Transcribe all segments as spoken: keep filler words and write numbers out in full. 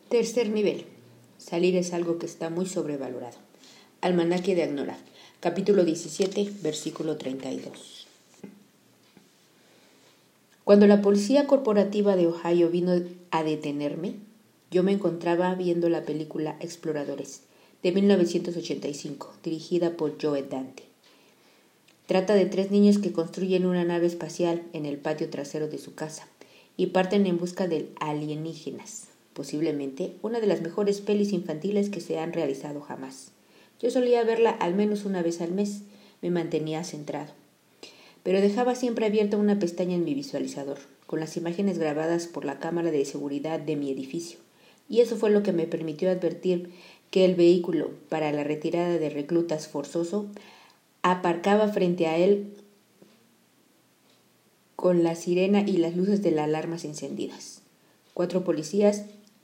Tercer nivel. Salir es algo que está muy sobrevalorado. Almanaque de Agnora, capítulo diecisiete, versículo treinta y dos. Cuando la policía corporativa de Ohio vino a detenerme, yo me encontraba viendo la película Exploradores, de mil novecientos ochenta y cinco, dirigida por Joe Dante. Trata de tres niños que construyen una nave espacial en el patio trasero de su casa y parten en busca de alienígenas, posiblemente una de las mejores pelis infantiles que se han realizado jamás. Yo solía verla al menos una vez al mes, me mantenía centrado, pero dejaba siempre abierta una pestaña en mi visualizador, con las imágenes grabadas por la cámara de seguridad de mi edificio, y eso fue lo que me permitió advertir que el vehículo para la retirada de reclutas forzoso aparcaba frente a él con la sirena y las luces de las alarmas encendidas. Cuatro policías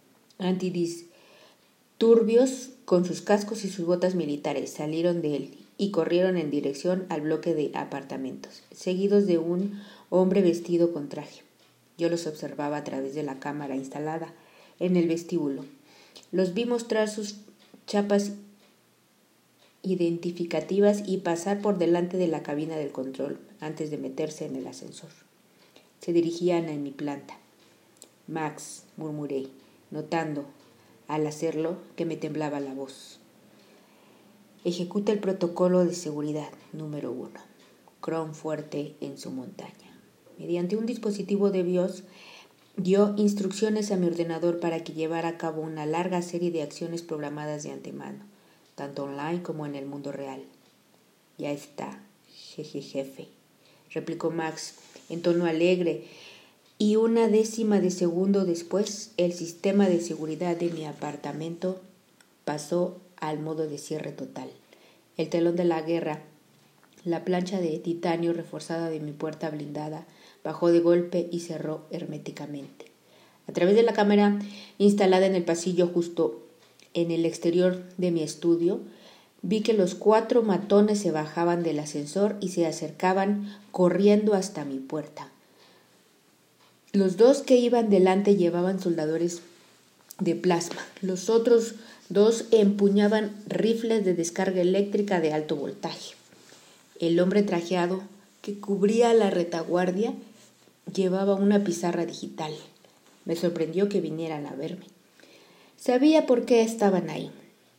antidisturbios con sus cascos y sus botas militares salieron de él y corrieron en dirección al bloque de apartamentos, seguidos de un hombre vestido con traje. Yo los observaba a través de la cámara instalada en el vestíbulo. Los vi mostrar sus chapas identificativas y pasar por delante de la cabina del control antes de meterse en el ascensor. Se dirigían a mi planta. Max, murmuré, notando, al hacerlo, que me temblaba la voz. Ejecuta el protocolo de seguridad número uno. Chrome fuerte en su montaña. Mediante un dispositivo de BIOS, dio instrucciones a mi ordenador para que llevara a cabo una larga serie de acciones programadas de antemano, tanto online como en el mundo real. Ya está, jeje jefe, replicó Max en tono alegre, y una décima de segundo después, el sistema de seguridad de mi apartamento pasó al modo de cierre total. El telón de la guerra, la plancha de titanio reforzada de mi puerta blindada, bajó de golpe y cerró herméticamente. A través de la cámara instalada en el pasillo justo en el exterior de mi estudio, vi que los cuatro matones se bajaban del ascensor y se acercaban corriendo hasta mi puerta. Los dos que iban delante llevaban soldadores de plasma. Los otros dos empuñaban rifles de descarga eléctrica de alto voltaje. El hombre trajeado que cubría la retaguardia llevaba una pizarra digital. Me sorprendió que vinieran a verme. Sabía por qué estaban ahí.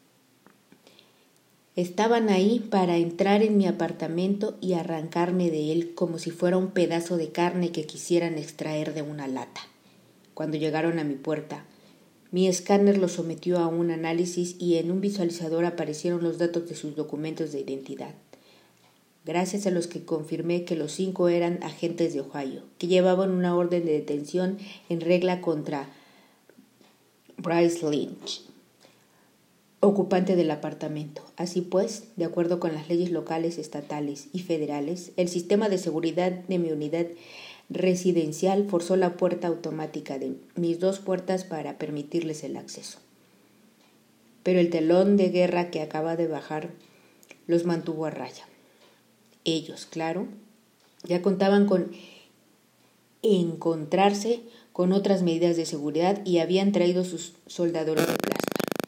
Estaban ahí para entrar en mi apartamento y arrancarme de él como si fuera un pedazo de carne que quisieran extraer de una lata. Cuando llegaron a mi puerta, mi escáner los sometió a un análisis y en un visualizador aparecieron los datos de sus documentos de identidad, gracias a los que confirmé que los cinco eran agentes de Ohio, que llevaban una orden de detención en regla contra Bryce Lynch, ocupante del apartamento. Así pues, de acuerdo con las leyes locales, estatales y federales, el sistema de seguridad de mi unidad residencial forzó la puerta automática de mis dos puertas para permitirles el acceso. Pero el telón de guerra que acaba de bajar los mantuvo a raya. Ellos, claro, ya contaban con encontrarse con otras medidas de seguridad y habían traído sus soldadores de plasma.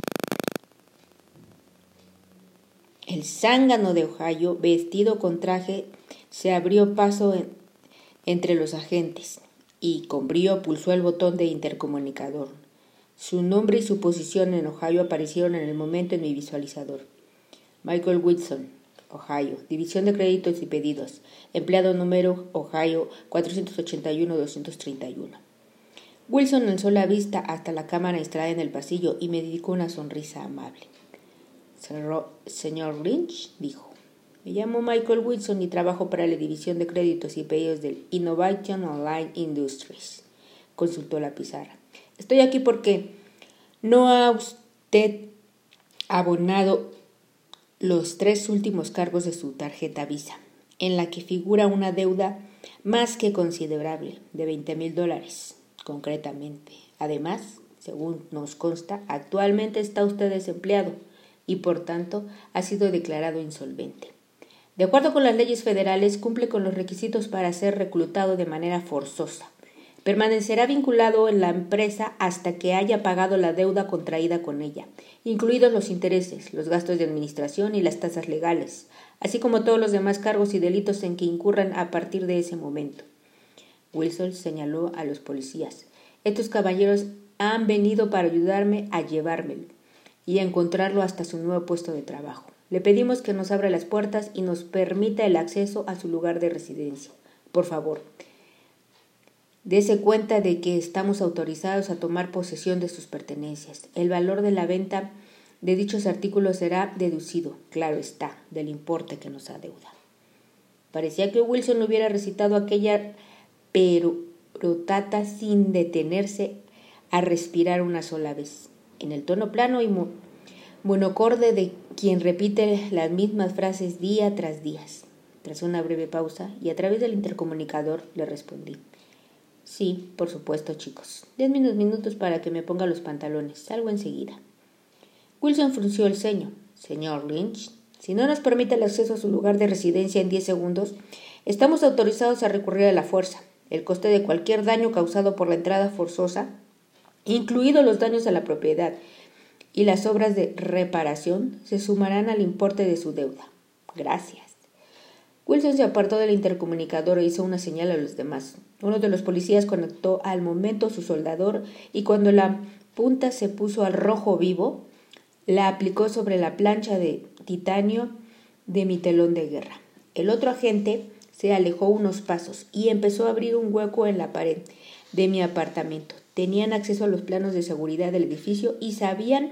El zángano de Ohio, vestido con traje, se abrió paso en, entre los agentes y con brío pulsó el botón de intercomunicador. Su nombre y su posición en Ohio aparecieron en el momento en mi visualizador. Michael Wilson, Ohio, División de Créditos y Pedidos, empleado número Ohio cuatrocientos ochenta y uno doscientos treinta y uno. Wilson alzó la vista hasta la cámara instalada en el pasillo y me dedicó una sonrisa amable. Señor Lynch, dijo, me llamo Michael Wilson y trabajo para la División de Créditos y Pedidos del Innovation Online Industries. Consultó la pizarra. Estoy aquí porque no ha usted abonado los tres últimos cargos de su tarjeta Visa, en la que figura una deuda más que considerable de veinte mil dólares, concretamente. Además, según nos consta, actualmente está usted desempleado y por tanto ha sido declarado insolvente. De acuerdo con las leyes federales, cumple con los requisitos para ser reclutado de manera forzosa, Permanecerá vinculado en la empresa hasta que haya pagado la deuda contraída con ella, incluidos los intereses, los gastos de administración y las tasas legales, así como todos los demás cargos y delitos en que incurran a partir de ese momento. Wilson señaló a los policías. Estos caballeros han venido para ayudarme a llevármelo y a encontrarlo hasta su nuevo puesto de trabajo. Le pedimos que nos abra las puertas y nos permita el acceso a su lugar de residencia. Por favor, dese cuenta de que estamos autorizados a tomar posesión de sus pertenencias. El valor de la venta de dichos artículos será deducido, claro está, del importe que nos adeuda. Parecía que Wilson hubiera recitado aquella perorata sin detenerse a respirar una sola vez, en el tono plano y monocorde de quien repite las mismas frases día tras día. Tras una breve pausa, y a través del intercomunicador, le respondí. Sí, por supuesto, chicos. Denme unos minutos para que me ponga los pantalones. Salgo enseguida. Wilson frunció el ceño. Señor Lynch, si no nos permite el acceso a su lugar de residencia en diez segundos, estamos autorizados a recurrir a la fuerza. El coste de cualquier daño causado por la entrada forzosa, incluidos los daños a la propiedad y las obras de reparación, se sumarán al importe de su deuda. Gracias. Wilson se apartó del intercomunicador e hizo una señal a los demás. Uno de los policías conectó al momento su soldador y cuando la punta se puso al rojo vivo, la aplicó sobre la plancha de titanio de mi telón de guerra. El otro agente se alejó unos pasos y empezó a abrir un hueco en la pared de mi apartamento. Tenían acceso a los planos de seguridad del edificio y sabían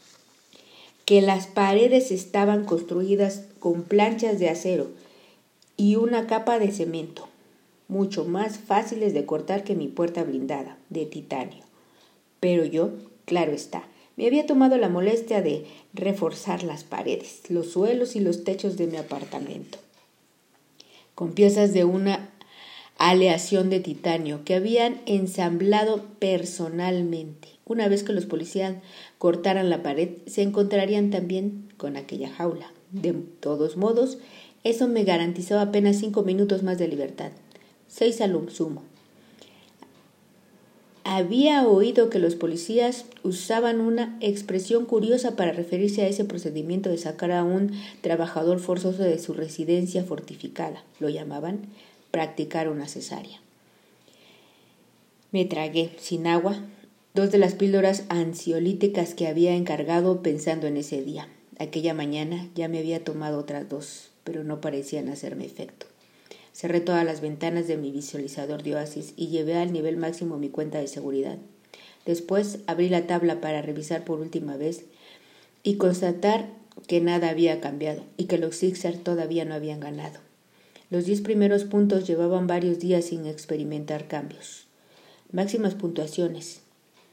que las paredes estaban construidas con planchas de acero y una capa de cemento, mucho más fáciles de cortar que mi puerta blindada de titanio. Pero yo, claro está, me había tomado la molestia de reforzar las paredes, los suelos y los techos de mi apartamento, con piezas de una aleación de titanio que habían ensamblado personalmente. Una vez que los policías cortaran la pared, se encontrarían también con aquella jaula. De todos modos, eso me garantizaba apenas cinco minutos más de libertad, seis al sumo. Había oído que los policías usaban una expresión curiosa para referirse a ese procedimiento de sacar a un trabajador forzoso de su residencia fortificada. Lo llamaban practicar una cesárea. Me tragué, sin agua, dos de las píldoras ansiolíticas que había encargado pensando en ese día. Aquella mañana ya me había tomado otras dos, pero no parecían hacerme efecto. Cerré todas las ventanas de mi visualizador de Oasis y llevé al nivel máximo mi cuenta de seguridad. Después abrí la tabla para revisar por última vez y constatar que nada había cambiado y que los Sixers todavía no habían ganado. Los diez primeros puntos llevaban varios días sin experimentar cambios. Máximas puntuaciones.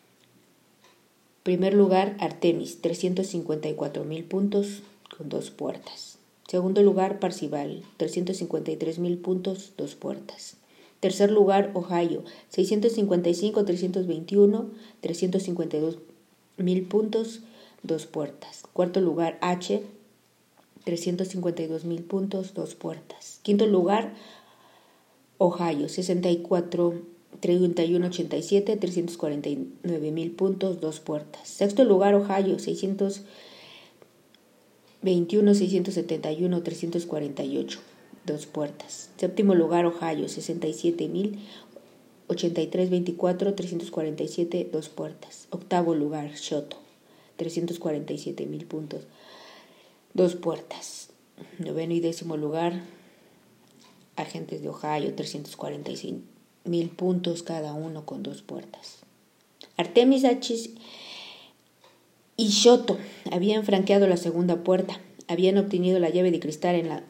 Primer lugar, Artemis, trescientos cincuenta y cuatro mil puntos con dos puertas. Segundo lugar, Parcival, trescientos cincuenta y tres mil puntos, dos puertas. Tercer lugar, Ohio, seiscientos cincuenta y cinco, trescientos veintiuno, trescientos cincuenta y dos mil puntos, dos puertas. Cuarto lugar, H, trescientos cincuenta y dos mil puntos, dos puertas. Quinto lugar, Ohio, sesenta y cuatro, treinta y uno, ochenta y siete, trescientos cuarenta y nueve mil puntos, dos puertas. Sexto lugar, Ohio, seiscientos veintiuno, seiscientos setenta y uno, trescientos cuarenta y ocho, dos puertas. Séptimo lugar, Ohio, sesenta y siete mil, ochenta y tres, veinticuatro, trescientos cuarenta y siete, dos puertas. Octavo lugar, Shoto, trescientos cuarenta y siete mil puntos, dos puertas. Noveno y décimo lugar, agentes de Ohio, trescientos cuarenta y cinco mil puntos cada uno con dos puertas. Artemis, H y Shoto habían franqueado la segunda puerta, habían obtenido la llave de cristal en las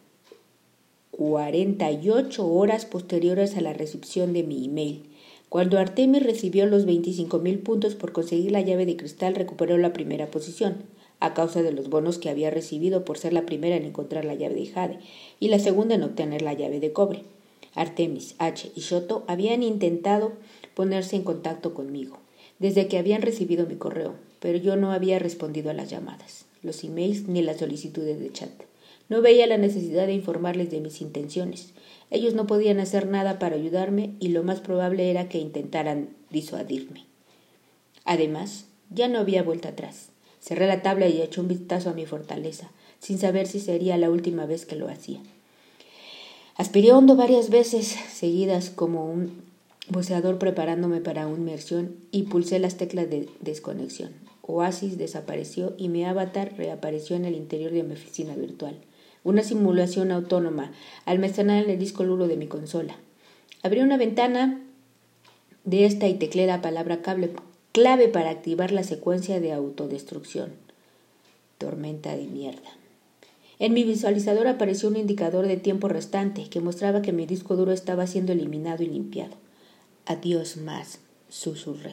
cuarenta y ocho horas posteriores a la recepción de mi email. Cuando Artemis recibió los veinticinco mil puntos por conseguir la llave de cristal, recuperó la primera posición, a causa de los bonos que había recibido por ser la primera en encontrar la llave de jade y la segunda en obtener la llave de cobre. Artemis, H y Shoto habían intentado ponerse en contacto conmigo desde que habían recibido mi correo, pero yo no había respondido a las llamadas, los emails ni las solicitudes de chat. No veía la necesidad de informarles de mis intenciones. Ellos no podían hacer nada para ayudarme y lo más probable era que intentaran disuadirme. Además, ya no había vuelta atrás. Cerré la tabla y eché un vistazo a mi fortaleza, sin saber si sería la última vez que lo hacía. Aspiré hondo varias veces seguidas como un buceador preparándome para una inmersión y pulsé las teclas de desconexión. Oasis desapareció y mi avatar reapareció en el interior de mi oficina virtual. Una simulación autónoma almacenada en el disco duro de mi consola. Abrí una ventana de esta y tecleé la palabra cable, clave para activar la secuencia de autodestrucción. Tormenta de mierda. En mi visualizador apareció un indicador de tiempo restante que mostraba que mi disco duro estaba siendo eliminado y limpiado. Adiós más, susurré.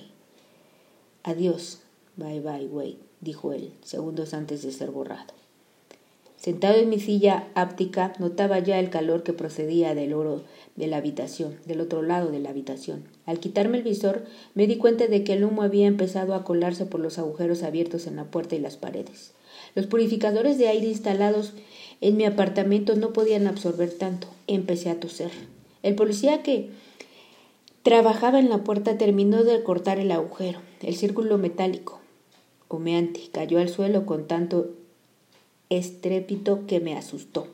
Adiós, bye bye, Wade, dijo él, segundos antes de ser borrado. Sentado en mi silla áptica, notaba ya el calor que procedía del oro de la habitación, del otro lado de la habitación. Al quitarme el visor, me di cuenta de que el humo había empezado a colarse por los agujeros abiertos en la puerta y las paredes. Los purificadores de aire instalados en mi apartamento no podían absorber tanto. Empecé a toser. El policía que trabajaba en la puerta terminó de cortar el agujero. El círculo metálico, humeante, cayó al suelo con tanto estrépito que me asustó.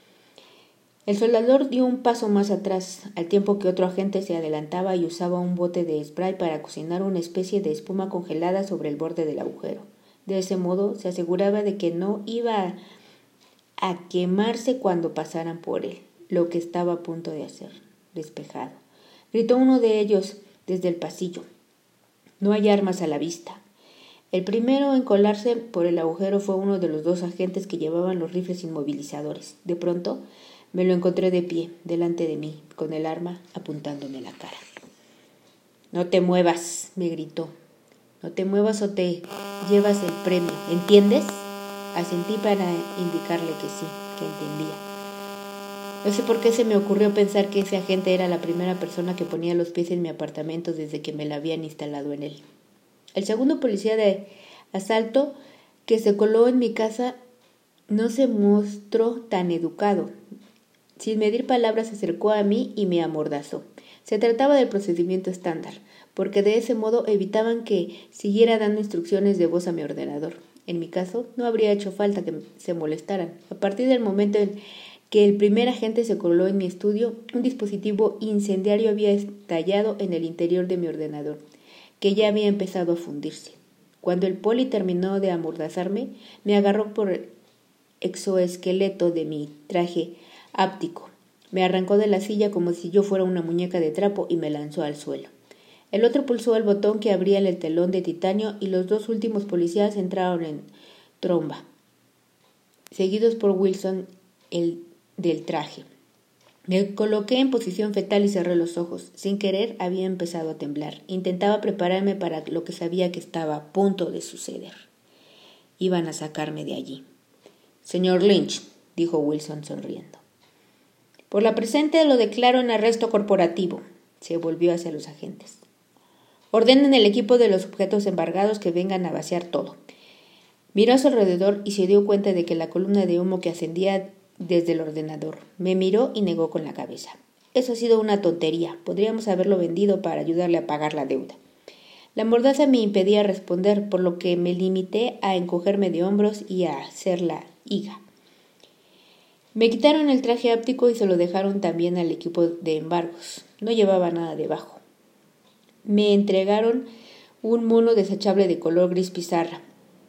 El soldador dio un paso más atrás, al tiempo que otro agente se adelantaba y usaba un bote de spray para cocinar una especie de espuma congelada sobre el borde del agujero. De ese modo se aseguraba de que no iba a quemarse cuando pasaran por él, lo que estaba a punto de hacer. Despejado. Gritó uno de ellos desde el pasillo. No hay armas a la vista. El primero en colarse por el agujero fue uno de los dos agentes que llevaban los rifles inmovilizadores. De pronto me lo encontré de pie, delante de mí, con el arma apuntándome a la cara. «No te muevas», me gritó. «No te muevas o te llevas el premio, ¿entiendes?» Asentí para indicarle que sí, que entendía. No sé por qué se me ocurrió pensar que ese agente era la primera persona que ponía los pies en mi apartamento desde que me la habían instalado en él. El segundo policía de asalto que se coló en mi casa no se mostró tan educado. Sin medir palabras se acercó a mí y me amordazó. Se trataba del procedimiento estándar, porque de ese modo evitaban que siguiera dando instrucciones de voz a mi ordenador. En mi caso, no habría hecho falta que se molestaran. A partir del momento en que el primer agente se coló en mi estudio, un dispositivo incendiario había estallado en el interior de mi ordenador, que ya había empezado a fundirse. Cuando el poli terminó de amordazarme, me agarró por el exoesqueleto de mi traje áptico. Me arrancó de la silla como si yo fuera una muñeca de trapo y me lanzó al suelo. El otro pulsó el botón que abría el telón de titanio y los dos últimos policías entraron en tromba, seguidos por Wilson, el del traje. Me coloqué en posición fetal y cerré los ojos. Sin querer había empezado a temblar. Intentaba prepararme para lo que sabía que estaba a punto de suceder. Iban a sacarme de allí. «Señor Lynch», dijo Wilson sonriendo. «Por la presente lo declaro en arresto corporativo». Se volvió hacia los agentes. «Ordenen el equipo de los objetos embargados que vengan a vaciar todo». Miró a su alrededor y se dio cuenta de que la columna de humo que ascendía desde el ordenador. Me miró y negó con la cabeza. «Eso ha sido una tontería. Podríamos haberlo vendido para ayudarle a pagar la deuda». La mordaza me impedía responder, por lo que me limité a encogerme de hombros y a hacer la higa. Me quitaron el traje áptico y se lo dejaron también al equipo de embargos. No llevaba nada debajo. Me entregaron un mono desechable de color gris pizarra,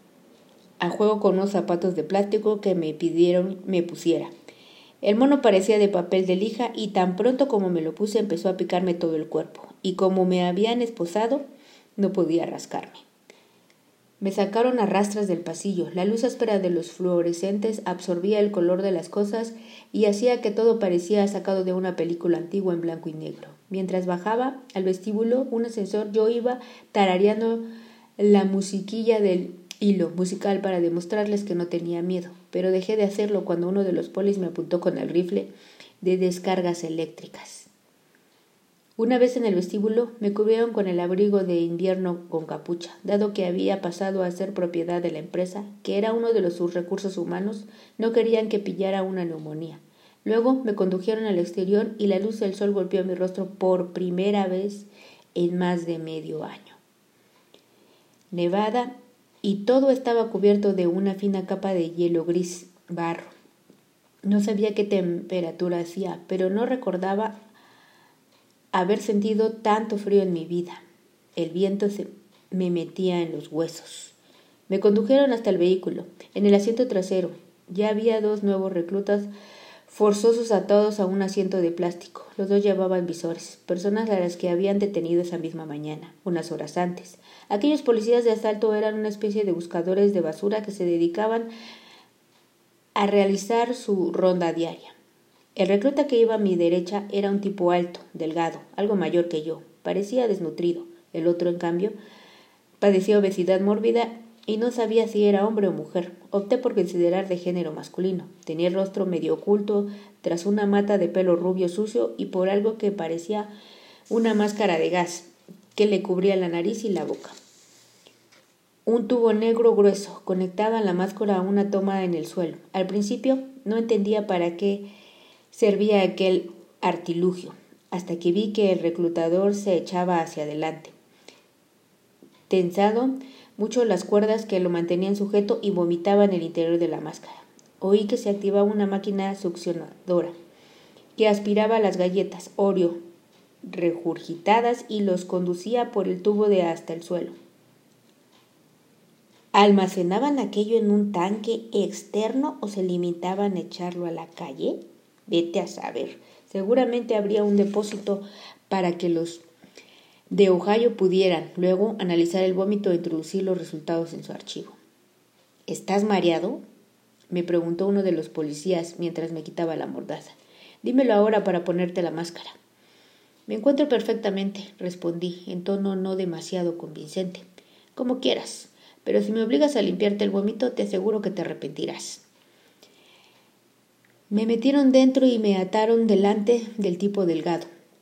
a juego con unos zapatos de plástico que me pidieron me pusiera. El mono parecía de papel de lija y tan pronto como me lo puse empezó a picarme todo el cuerpo, y como me habían esposado, no podía rascarme. Me sacaron a rastras del pasillo. La luz áspera de los fluorescentes absorbía el color de las cosas y hacía que todo parecía sacado de una película antigua en blanco y negro. Mientras bajaba al vestíbulo, un ascensor, yo iba tarareando la musiquilla del hilo musical para demostrarles que no tenía miedo, pero dejé de hacerlo cuando uno de los polis me apuntó con el rifle de descargas eléctricas. Una vez en el vestíbulo, me cubrieron con el abrigo de invierno con capucha, dado que había pasado a ser propiedad de la empresa, que era uno de los sus recursos humanos. No querían que pillara una neumonía. Luego me condujeron al exterior y la luz del sol golpeó mi rostro por primera vez en más de medio año. Nevada y todo estaba cubierto de una fina capa de hielo gris barro. No sabía qué temperatura hacía, pero no recordaba haber sentido tanto frío en mi vida. El viento se me metía en los huesos. Me condujeron hasta el vehículo. En el asiento trasero ya había dos nuevos reclutas forzosos atados a un asiento de plástico. Los dos llevaban visores, personas a las que habían detenido esa misma mañana, unas horas antes. Aquellos policías de asalto eran una especie de buscadores de basura que se dedicaban a realizar su ronda diaria. El recluta que iba a mi derecha era un tipo alto, delgado, algo mayor que yo. Parecía desnutrido. El otro, en cambio, padecía obesidad mórbida y no sabía si era hombre o mujer. Opté por considerar de género masculino. Tenía el rostro medio oculto tras una mata de pelo rubio sucio y por algo que parecía una máscara de gas que le cubría la nariz y la boca. Un tubo negro grueso conectaba la máscara a una toma en el suelo. Al principio no entendía para qué servía aquel artilugio, hasta que vi que el reclutador se echaba hacia adelante, tensado mucho las cuerdas que lo mantenían sujeto y vomitaba en el interior de la máscara. Oí que se activaba una máquina succionadora que aspiraba las galletas Oreo regurgitadas y los conducía por el tubo de hasta el suelo. ¿Almacenaban aquello en un tanque externo o se limitaban a echarlo a la calle? Vete a saber. Seguramente habría un depósito para que los de Ohio pudieran luego analizar el vómito e introducir los resultados en su archivo. ¿Estás mareado?, me preguntó uno de los policías mientras me quitaba la mordaza. Dímelo ahora para ponerte la máscara. Me encuentro perfectamente, respondí, en tono no demasiado convincente. Como quieras, pero si me obligas a limpiarte el vómito, te aseguro que te arrepentirás. Me metieron dentro y me ataron delante del tipo delgado.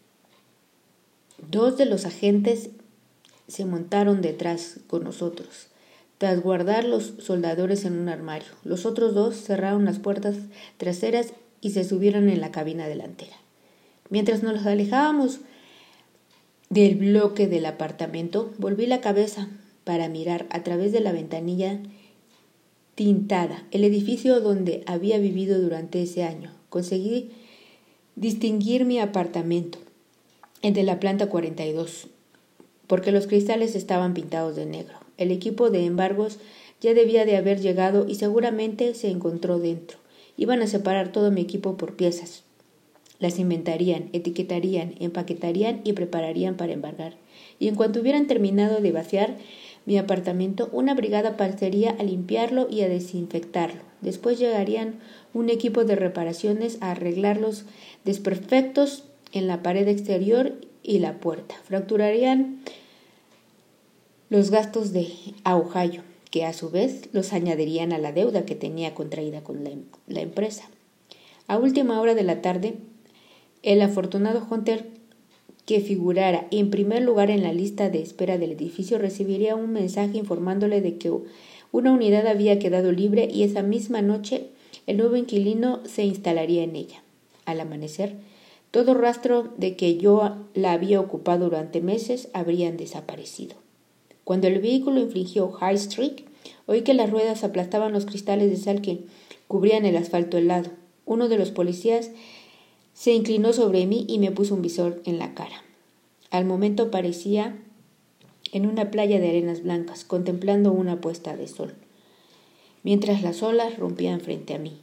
Dos de los agentes se montaron detrás con nosotros, tras guardar los soldadores en un armario. Los otros dos cerraron las puertas traseras y se subieron en la cabina delantera. Mientras nos alejábamos del bloque del apartamento, volví la cabeza para mirar a través de la ventanilla tintada el edificio donde había vivido durante ese año. Conseguí distinguir mi apartamento, el de la planta cuarenta y dos, porque los cristales estaban pintados de negro. El equipo de embargos ya debía de haber llegado y seguramente se encontró dentro. Iban a separar todo mi equipo por piezas. Las inventarían, etiquetarían, empaquetarían y prepararían para embargar. Y en cuanto hubieran terminado de vaciar mi apartamento, una brigada pasaría a limpiarlo y a desinfectarlo. Después llegarían un equipo de reparaciones a arreglar los desperfectos en la pared exterior y la puerta. Fracturarían los gastos de Ohio, que a su vez los añadirían a la deuda que tenía contraída con la, la empresa. A última hora de la tarde, el afortunado Hunter, que figurara en primer lugar en la lista de espera del edificio, recibiría un mensaje informándole de que una unidad había quedado libre y esa misma noche el nuevo inquilino se instalaría en ella. Al amanecer, todo rastro de que yo la había ocupado durante meses habrían desaparecido. Cuando el vehículo infringió High Street, oí que las ruedas aplastaban los cristales de sal que cubrían el asfalto helado. Uno de los policías se inclinó sobre mí y me puso un visor en la cara. Al momento parecía en una playa de arenas blancas, contemplando una puesta de sol, mientras las olas rompían frente a mí.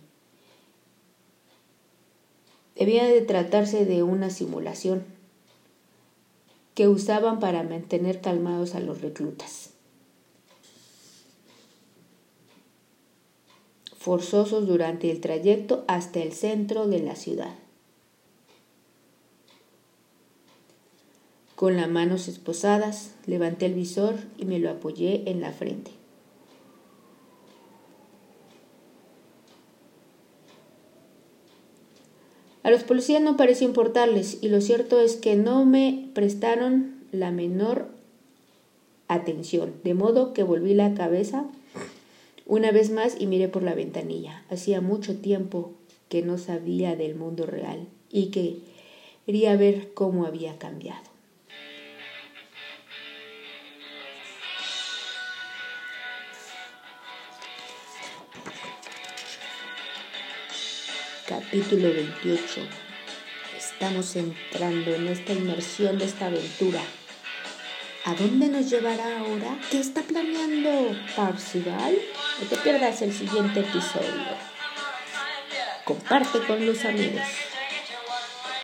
Debía de tratarse de una simulación que usaban para mantener calmados a los reclutas forzosos durante el trayecto hasta el centro de la ciudad. Con las manos esposadas, levanté el visor y me lo apoyé en la frente. A los policías no pareció importarles, y lo cierto es que no me prestaron la menor atención, de modo que volví la cabeza una vez más y miré por la ventanilla. Hacía mucho tiempo que no sabía del mundo real y que quería ver cómo había cambiado. Capítulo veintiocho. Estamos entrando en esta inmersión de esta aventura. ¿A dónde nos llevará ahora? ¿Qué está planeando Parzival? No te pierdas el siguiente episodio. Comparte con los amigos.